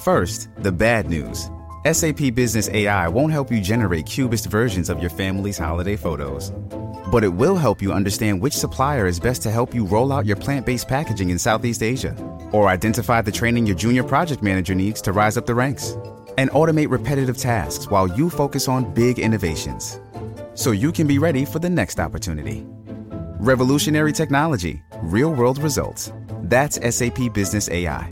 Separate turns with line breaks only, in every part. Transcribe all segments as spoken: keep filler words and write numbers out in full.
First, the bad news. S A P Business A I won't help you generate cubist versions of your family's holiday photos. But it will help you understand which supplier is best to help you roll out your plant-based packaging in Southeast Asia, or identify the training your junior project manager needs to rise up the ranks, and automate repetitive tasks while you focus on big innovations, so you can be ready for the next opportunity. Revolutionary technology, real-world results. That's S A P Business A I.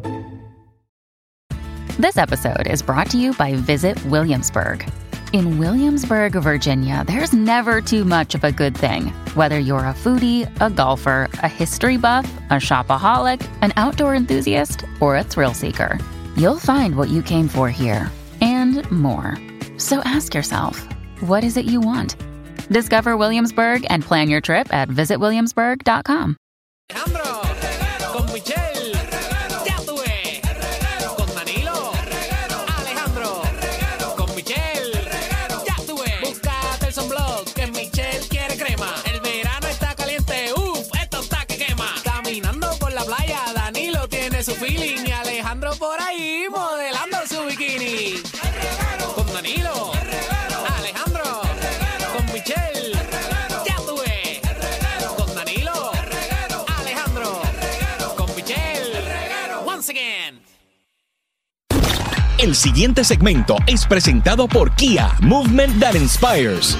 This episode is brought to you by Visit Williamsburg. In Williamsburg, Virginia, there's never too much of a good thing. Whether you're a foodie, a golfer, a history buff, a shopaholic, an outdoor enthusiast, or a thrill seeker, you'll find what you came for here and more. So ask yourself, what is it you want? Discover Williamsburg and plan your trip at visit williamsburg dot com.
Alejandro, con Michelle, ya tuve, con Danilo, Alejandro, con Michelle, ya tuve, búscate el sunblock que Michelle quiere crema, el verano está caliente, uff, esto está que quema, caminando por la playa, Danilo tiene su feeling y Alejandro por ahí modelando su bikini, con Danilo, Alejandro, con Michelle, ya tuve, con Danilo, Alejandro, con Michelle, once again.
El siguiente segmento es presentado por Kia, Movement That Inspires.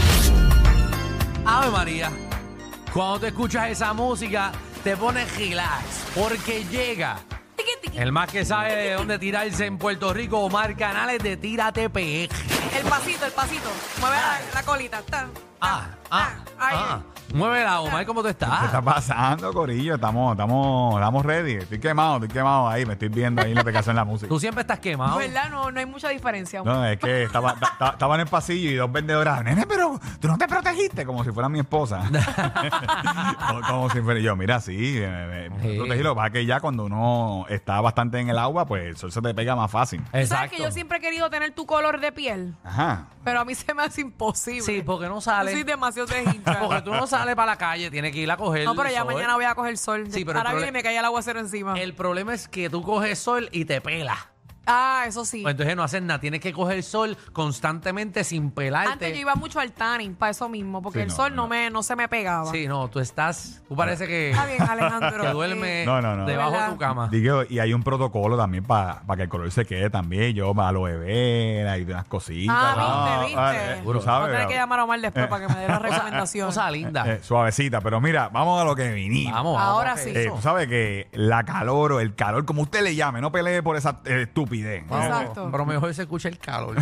Ave María, cuando te escuchas esa música, te pones relax, porque llega el más que sabe de dónde tirarse en Puerto Rico, Omar Canales de Tírate P G.
El pasito, el pasito. Mueve la, la colita. Tan,
Ah, ah,
Ay.
ah. Muévela, Omar, ¿cómo tú
¿Qué
estás?
está pasando, Corillo? Estamos, estamos, estamos ready. Estoy quemado, estoy quemado ahí. Me estoy viendo ahí la aplicación en la música.
Tú siempre estás quemado.
¿Verdad? No, no hay mucha diferencia.
No, es que estaba, ta- ta- estaba en el pasillo y dos vendedoras. Nene, pero tú no te protegiste. Como si fuera mi esposa. como, como si fuera yo. Mira, sí, me, me- me
Sí.
protegí. Lo que pasa es que ya cuando uno está bastante en el agua, pues el sol se te pega más fácil.
¿Sabes
Exacto.
que yo siempre he querido tener tu color de piel?
Ajá.
Pero a mí se me hace imposible.
Sí, porque no
Yo
sale.
soy demasiado de hincha.
Porque tú no sales para la calle, tienes que ir a coger
No, pero ya
sol.
mañana voy a coger sol.
Sí, pero el
Ahora
prole-
viene y me cae el aguacero encima.
El problema es que tú coges sol y te pelas.
Ah, eso sí.
Pues entonces no haces nada, tienes que coger sol constantemente sin pelarte.
Antes yo iba mucho al tanning para eso mismo, porque
Sí,
el
no,
sol no,
no.
me, no se me pegaba.
Sí, no, tú estás, tú parece que,
Está bien, Alejandro.
que duerme
No, no, no.
debajo de
¿Verdad?
tu cama.
Digo, y hay un protocolo también para que el color se quede también. Yo para aloe vera y unas cositas.
Ah, viste,
No,
viste.
eh, tú
Voy a
sabes.
tener que llamar a Omar después para que me dé la recomendación.
Cosa linda.
Eh, suavecita, pero mira, vamos a lo que vinimos.
Vamos, vamos.
Ahora
¿qué
sí.
es
Eh,
eso?
tú sabes que la calor o el calor, como usted le llame, no pelee por esa eh, estupidez.
Vamos,
Exacto.
Pero mejor se escucha el calor.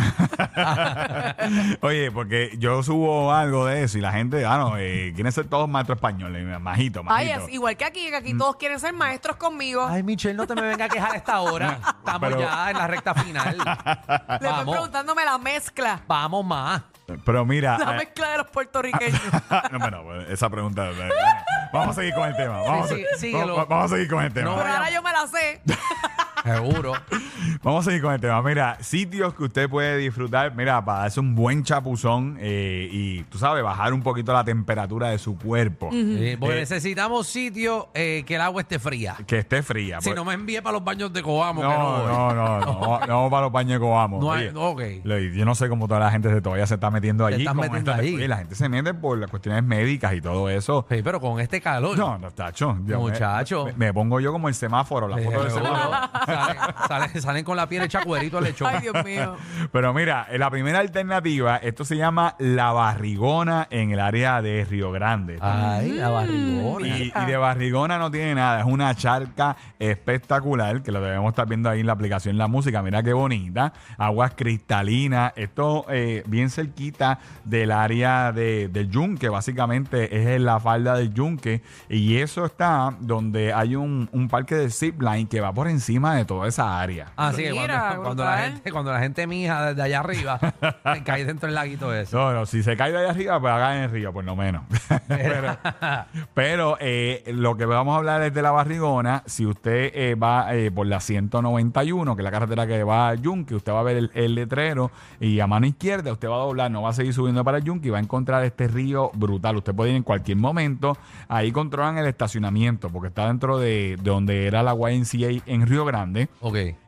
Oye, porque yo subo algo de eso y la gente, ah, no, eh, quieren ser todos maestros españoles, majito,
Ay,
majito.
es igual que aquí, que aquí todos quieren ser maestros conmigo.
Ay, Michelle, no te me venga a quejar a esta hora. Estamos
Pero-
ya en la recta final.
Le estoy
Vamos,
preguntándome la mezcla.
vamos más.
Pero mira.
La
eh,
mezcla de los puertorriqueños.
no, bueno, pues, esa pregunta. eh, Vamos a seguir con el tema. Vamos,
Sí, sí,
a,
síguelo.
vamos, vamos a seguir con el tema.
No,
Pero ahora yo me la sé.
Seguro.
Vamos a seguir con el tema. Mira, sitios que usted puede disfrutar, mira, para darse un buen chapuzón eh, y, tú sabes, bajar un poquito la temperatura de su cuerpo.
Sí, porque
Eh,
necesitamos sitio eh, que el agua esté fría.
que esté fría.
Si
Pues-
no me envíe para los baños de Coamo, que no
no,
voy.
no, no, no, no, no, para los baños de Coamo.
No hay-
Oye,
ok.
lo- Yo no sé cómo toda la gente se, todavía se está metiendo
Se
allí.
están
con
metiendo
esta-
ahí.
Oye, la gente se mete por las cuestiones médicas y todo eso.
Sí, pero con este calor.
No, no, tacho. yo me-
Muchacho.
Me, me pongo yo como el semáforo, la foto del
Seguro.
semáforo.
Salen, salen- salen con la piel hecha cuerito al lechón.
Ay, Dios mío.
Pero mira, la primera alternativa, esto se llama La Barrigona en el área de Río Grande.
Ay, la barrigona.
Y, y de barrigona no tiene nada, es una charca espectacular que lo debemos estar viendo ahí en la aplicación La Música. Mira qué bonita, aguas cristalinas, esto eh, bien cerquita del área de, del Yunque, básicamente es en la falda del Yunque, y eso está donde hay un, un parque de zipline que va por encima de toda esa área.
Así que
Mira,
cuando, cuando la
brutal.
gente, cuando la gente mija desde allá arriba, cae dentro del laguito ese.
No, no, si se cae de ahí arriba, pues haga en el río, por lo menos. pero pero eh, lo que vamos a hablar es de la barrigona. Si usted eh, va eh, por la ciento noventa y uno, que es la carretera que va a Yunque, usted va a ver el, el letrero y a mano izquierda usted va a doblar, no va a seguir subiendo para el Yunque y va a encontrar este río brutal. Usted puede ir en cualquier momento. Ahí controlan el estacionamiento porque está dentro de, de donde era la Y M C A en Río Grande.
Ok.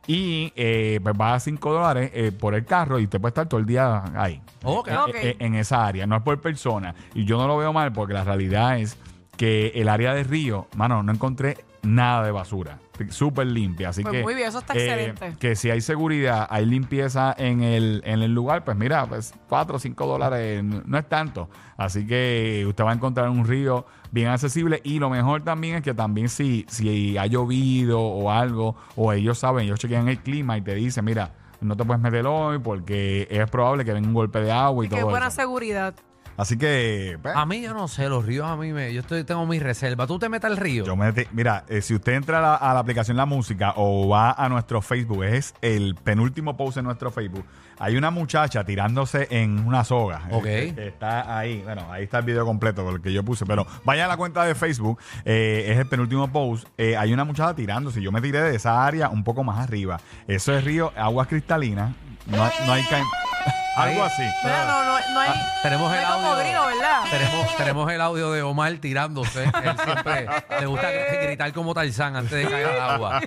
y eh, pues va a cinco dólares eh, por el carro y usted puede estar todo el día ahí.
Ok.
eh,
Ok.
eh, en esa área, no es por persona. Y yo no lo veo mal porque la realidad es que el área de Río, mano, no encontré nada de basura. Súper limpia. Así
Pues
que.
muy bien, eso está excelente.
Que si hay seguridad, hay limpieza en el, en el lugar, pues mira, pues cuatro o cinco dólares no, no es tanto. Así que usted va a encontrar un río bien accesible. Y lo mejor también es que también si, si ha llovido o algo, o ellos saben, ellos chequean el clima y te dicen, mira, no te puedes meter hoy porque es probable que venga un golpe de agua y,
Y
todo
qué buena
eso.
seguridad.
Así que, pues,
A mí yo no sé, los ríos a mí me... Yo estoy, tengo mi reserva. ¿Tú te metes al río?
yo me deti- mira, eh, si usted entra a la, a la aplicación La Música o va a nuestro Facebook, es el penúltimo post en nuestro Facebook, hay una muchacha tirándose en una soga.
Ok.
Eh, que está ahí, bueno, ahí está el video completo con el que yo puse, pero vaya a la cuenta de Facebook, eh, es el penúltimo post, eh, hay una muchacha tirándose, yo me tiré de esa área un poco más arriba. Eso es río, aguas cristalinas, no, hay- no hay caim- algo así.
Mira, no, no, no hay.
Tenemos
no
el
hay
audio.
cocodrilo, ¿verdad?
Tenemos, tenemos el audio de Omar tirándose. Él siempre le gusta gritar como Tarzán antes de caer al agua.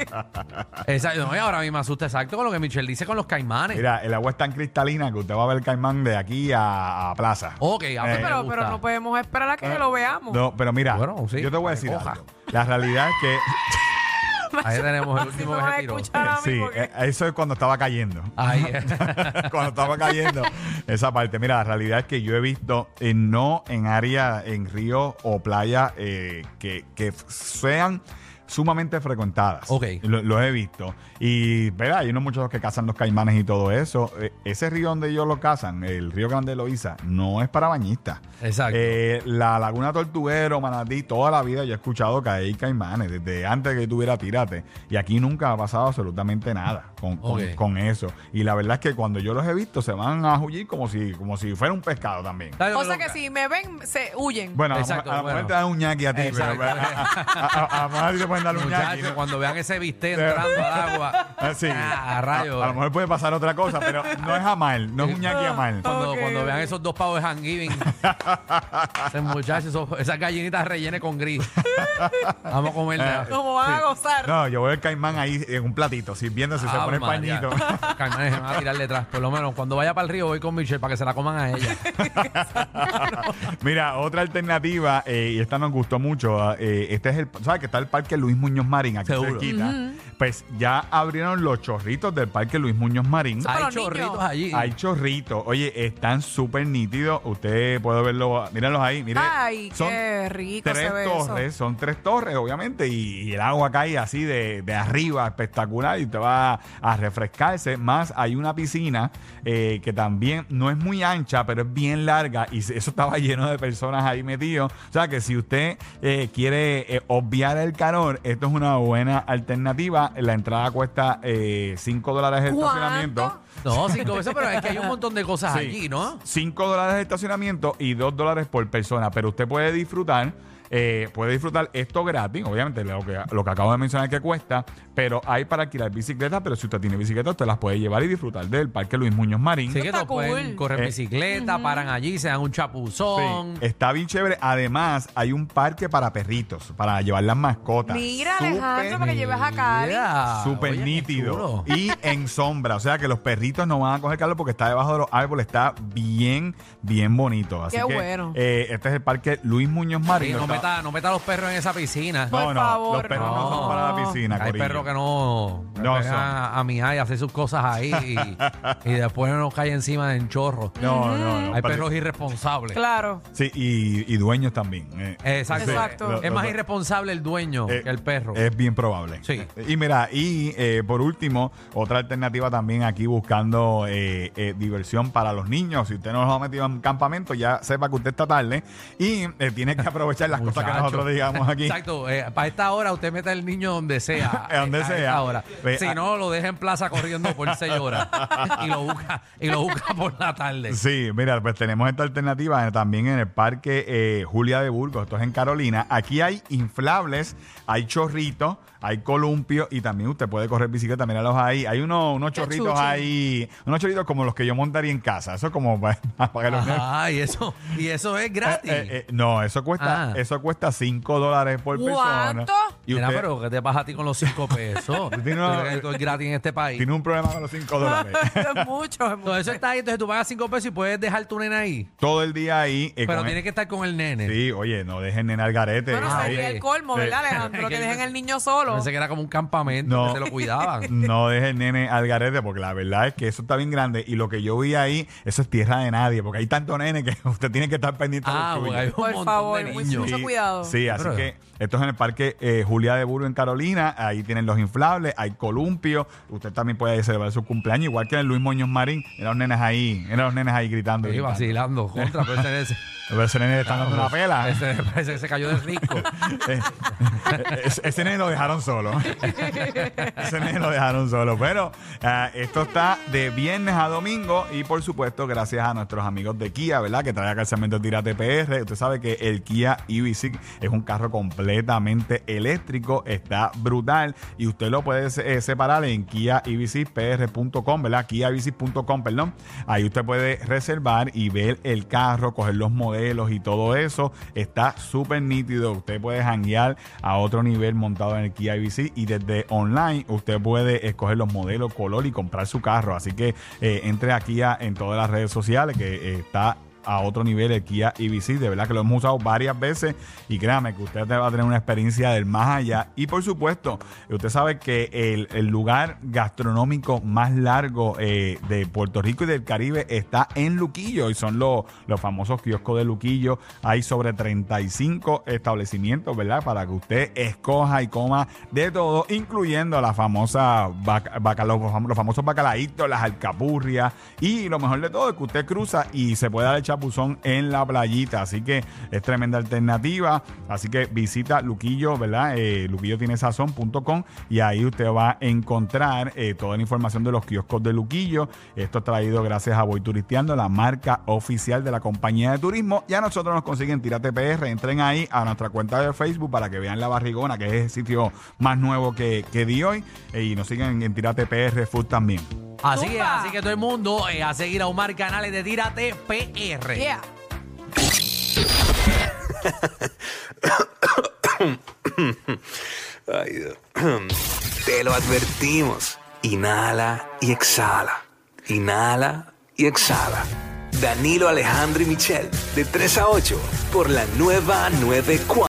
Exacto. No, y ahora a mí me asusta exacto con lo que Michelle dice con los caimanes.
Mira, el agua es tan cristalina que usted va a ver el caimán de aquí a, a Plaza.
Ok, a mí
Eh,
me
Pero,
gusta.
pero no podemos esperar a que lo veamos.
No, pero mira,
Bueno, sí,
yo te voy a
que
decir
coja.
algo. La realidad es que
Ahí tenemos el
Así
último
me
que
vas a
se tiró.
escuchar a mí
sí,
porque-
eh, eso es cuando estaba cayendo.
Ahí.
Cuando estaba cayendo esa parte. Mira, la realidad es que yo he visto, eh, no en área, en río o playa, eh, que, que f- sean sumamente frecuentadas.
Ok.
Lo, lo he visto. Y, ¿verdad? Hay unos muchos que cazan los caimanes y todo eso. Eh, ese río donde ellos lo cazan, el río Grande de Loíza, no es para bañistas.
Exacto.
Eh, la Laguna Tortuguero, Manatí, toda la vida yo he escuchado que hay caimanes, desde antes que tuviera Tírate. Y aquí nunca ha pasado absolutamente nada con, con-
Ok.
con eso. Y la verdad es que cuando yo los he visto, se van a huir como si, como si fuera un pescado también.
¿Sabes
O
lo
sea que si me ven, se huyen.
Bueno, a lo
Exacto,
mejor- a lo mejor
bueno.
te dan un ñaqui a ti, pero
Exacto.
a, a- a- a lo mejor a ti te pueden dar un ñaqui.
Muchachos,
¿no?
cuando vean ese bistec entrando al agua.
Ah, sí.
Ah,
a,
rayos.
a lo mejor puede pasar otra cosa, pero no es a mal, no es un ñaqui a mal.
Cuando,
Ok,
cuando
ok.
vean esos dos pavos de Thanksgiving, esos muchachos, esos- esas gallinitas rellenas con gris. Vamos a comer.
Eh,
Como van a gozar.
No, yo veo el caimán ahí en un platito, sirviéndose, se
Ah,
pone el
María.
pañito.
Caimanes se van a tirar detrás. Por lo menos cuando vaya para el río voy con Michelle para que se la coman a ella.
Mira, otra alternativa, eh, y esta nos gustó mucho. eh, este es el, ¿sabes que está el Parque Luis Muñoz Marín aquí
Seguro.
cerquita? Pues ya abrieron los chorritos del Parque Luis Muñoz Marín.
para
Hay
los
chorritos
niños.
allí.
Hay chorritos. Oye, están súper nítidos. Usted puede verlo. Mírenlos ahí. Mire,
Ay, qué rico
tres
se ve
torres.
eso.
Son tres torres, obviamente. Y, y el agua cae así de, de arriba, espectacular. Y te va a refrescarse. Más hay una piscina eh, que también no es muy ancha, pero es bien larga. Y eso estaba lleno de personas ahí metidos. O sea que si usted eh, quiere eh, obviar el calor, esto es una buena alternativa. La entrada cuesta eh, cinco dólares el
¿Cuánto?
estacionamiento.
No, cinco veces, pero es que hay un montón de cosas
Sí.
allí, ¿no?
cinco dólares de estacionamiento y dos dólares por persona. Pero usted puede disfrutar, eh, puede disfrutar esto gratis, obviamente lo que, lo que acabo de mencionar que cuesta, pero hay para alquilar bicicletas, pero si usted tiene bicicleta, usted las puede llevar y disfrutar del Parque Luis Muñoz Marín.
Sí, que
está
todos pueden
cool.
correr
Eh.
bicicleta, paran allí, se dan un chapuzón.
Sí, está bien chévere. Además, hay un parque para perritos, para llevar las mascotas.
Mira,
Súper
Alejandro, para que lleves a Cari.
Mira,
Súper
oye, qué
nítido
chulo.
y en sombra, o sea que los perritos no van a coger calor porque está debajo de los árboles, está bien, bien bonito. Así
Qué
que
bueno.
eh, este es el parque Luis Muñoz
Sí,
Marín.
no,
Está-
meta, no meta los perros en esa piscina.
Por
no, no,
favor,
los perros no,
no.
son para la piscina.
Hay
corillo.
perros que no,
No
no
son.
a, a miar y hacer sus cosas ahí y, y después nos cae encima en chorro.
No, no, no.
Hay
pero-
perros irresponsables.
Claro.
Sí, y, y dueños también. eh.
Exacto.
Exacto.
Es
Lo-
más
lo-
irresponsable el dueño
Eh,
que el perro.
Es bien probable.
Sí.
Y mira, y eh, por último, otra alternativa también aquí buscando eh, eh, diversión para los niños. Si usted no los ha metido en campamento, ya sepa que usted está tarde y eh, tiene que aprovechar las cosas que
Muchacho.
nosotros digamos aquí.
Exacto. eh, para esta hora usted mete al niño donde sea.
Donde
a esta
sea.
hora.
Ve,
Si
a-
no, lo deja en plaza corriendo por seis horas. y lo busca, y lo busca por la tarde.
Sí, mira, pues tenemos esta alternativa eh, también en el parque eh, Julia de Burgos, esto es en Carolina. Aquí hay inflables, hay chorritos, hay columpios y también usted puede correr bicicleta, míralos ahí. Hay unos, unos
Qué
chorritos
chuchi.
ahí, unos chorritos como los que yo montaría en casa. Eso es como para, para que los niños-
Ajá, y eso, y eso es gratis.
Eh, eh, eh, no, eso cuesta,
Ah.
eso cuesta cinco dólares por persona.
¿Cuánto?
Y
Mira,
usted
pero ¿qué te pasa a ti con los cinco pesos?
Tiene una-
Tú crees que esto es gratis en este país.
tiene un problema con los cinco dólares.
es mucho, es mucho.
Todo eso está ahí, entonces tú pagas cinco pesos y puedes dejar tu nena ahí.
Todo el día ahí. eh,
Pero
con
tienes
el-
que estar con el nene.
Sí, oye, no dejen nena al garete.
Bueno,
Ah,
ahí.
sería
ok.
el colmo, ¿verdad, Alejandro? que
Que-
dejen el niño solo.
Pensé que era como un campamento,
No.
que se lo cuidaban.
No dejen nene al garete, porque la verdad es que eso está bien grande. Y lo que yo vi ahí, eso es tierra de nadie, porque hay tanto nene que usted tiene que estar pendiente
Ah,
de los
porque hay
suyos.
un
Por
montón
favor,
de
muy-
niños.
mucho cuidado.
Sí, así
Pero-
que esto es en el parque eh, Julia de Burgos en Carolina. Ahí tienen los inflables, hay columpios. Usted también puede celebrar su cumpleaños, igual que en el Luis Muñoz Marín. Eran los nenes ahí, eran los nenes ahí gritando.
Sí,
gritando.
vacilando. Contra, pero ese, ese,
Pero ese nene le están dando una pela.
ese, ese se cayó de rico.
Eh, ese, ese nene lo dejaron solo. Ese nene lo dejaron solo. Pero ah, esto está de viernes a domingo. Y por supuesto, gracias a nuestros amigos de Kia, ¿verdad? Que trae acá el segmento de Tírate P R. Usted sabe que el Kia E V six es un carro completamente eléctrico. Está brutal. Y usted lo puede eh, separar en kia e v six p r punto com, ¿verdad? kia e v six punto com, perdón. Ahí usted puede reservar y ver el carro, coger los modelos y todo eso. Está súper nítido. Usted puede janguear a otro nivel montado en el Kia E V six y desde online usted puede escoger los modelos, color y comprar su carro. Así que eh, entre aquí a, en todas las redes sociales que eh, está a otro nivel el Kia E V six. De verdad que lo hemos usado varias veces y créame que usted va a tener una experiencia del más allá. Y por supuesto, usted sabe que el, el lugar gastronómico más largo eh, de Puerto Rico y del Caribe está en Luquillo y son los, los famosos kioscos de Luquillo. Hay sobre treinta y cinco establecimientos, ¿verdad? Para que usted escoja y coma de todo, incluyendo la famosa baca, baca, los, los famosos bacalaitos, las alcapurrias, y lo mejor de todo es que usted cruza y se puede dar el chapuzón en la playita. Así que es tremenda alternativa. Así que visita Luquillo, ¿verdad? Eh, luquillo tiene sazón punto com y ahí usted va a encontrar eh, toda la información de los kioscos de Luquillo. Esto es traído gracias a Voy Turisteando, la marca oficial de la compañía de turismo. Ya nosotros nos consiguen Tírate P R. Entren ahí a nuestra cuenta de Facebook para que vean La Barrigona, que es el sitio más nuevo que, que di hoy. Eh, y nos siguen en Tírate P R Food también.
Así que,
Zumba.
así que todo el mundo eh, a seguir a Omar Canales de Tírate P R.
Yeah.
Ay, Dios. Te lo advertimos. Inhala y exhala. Inhala y exhala. Danilo, Alejandro y Michel, de tres a ocho, por la nueva noventa y cuatro.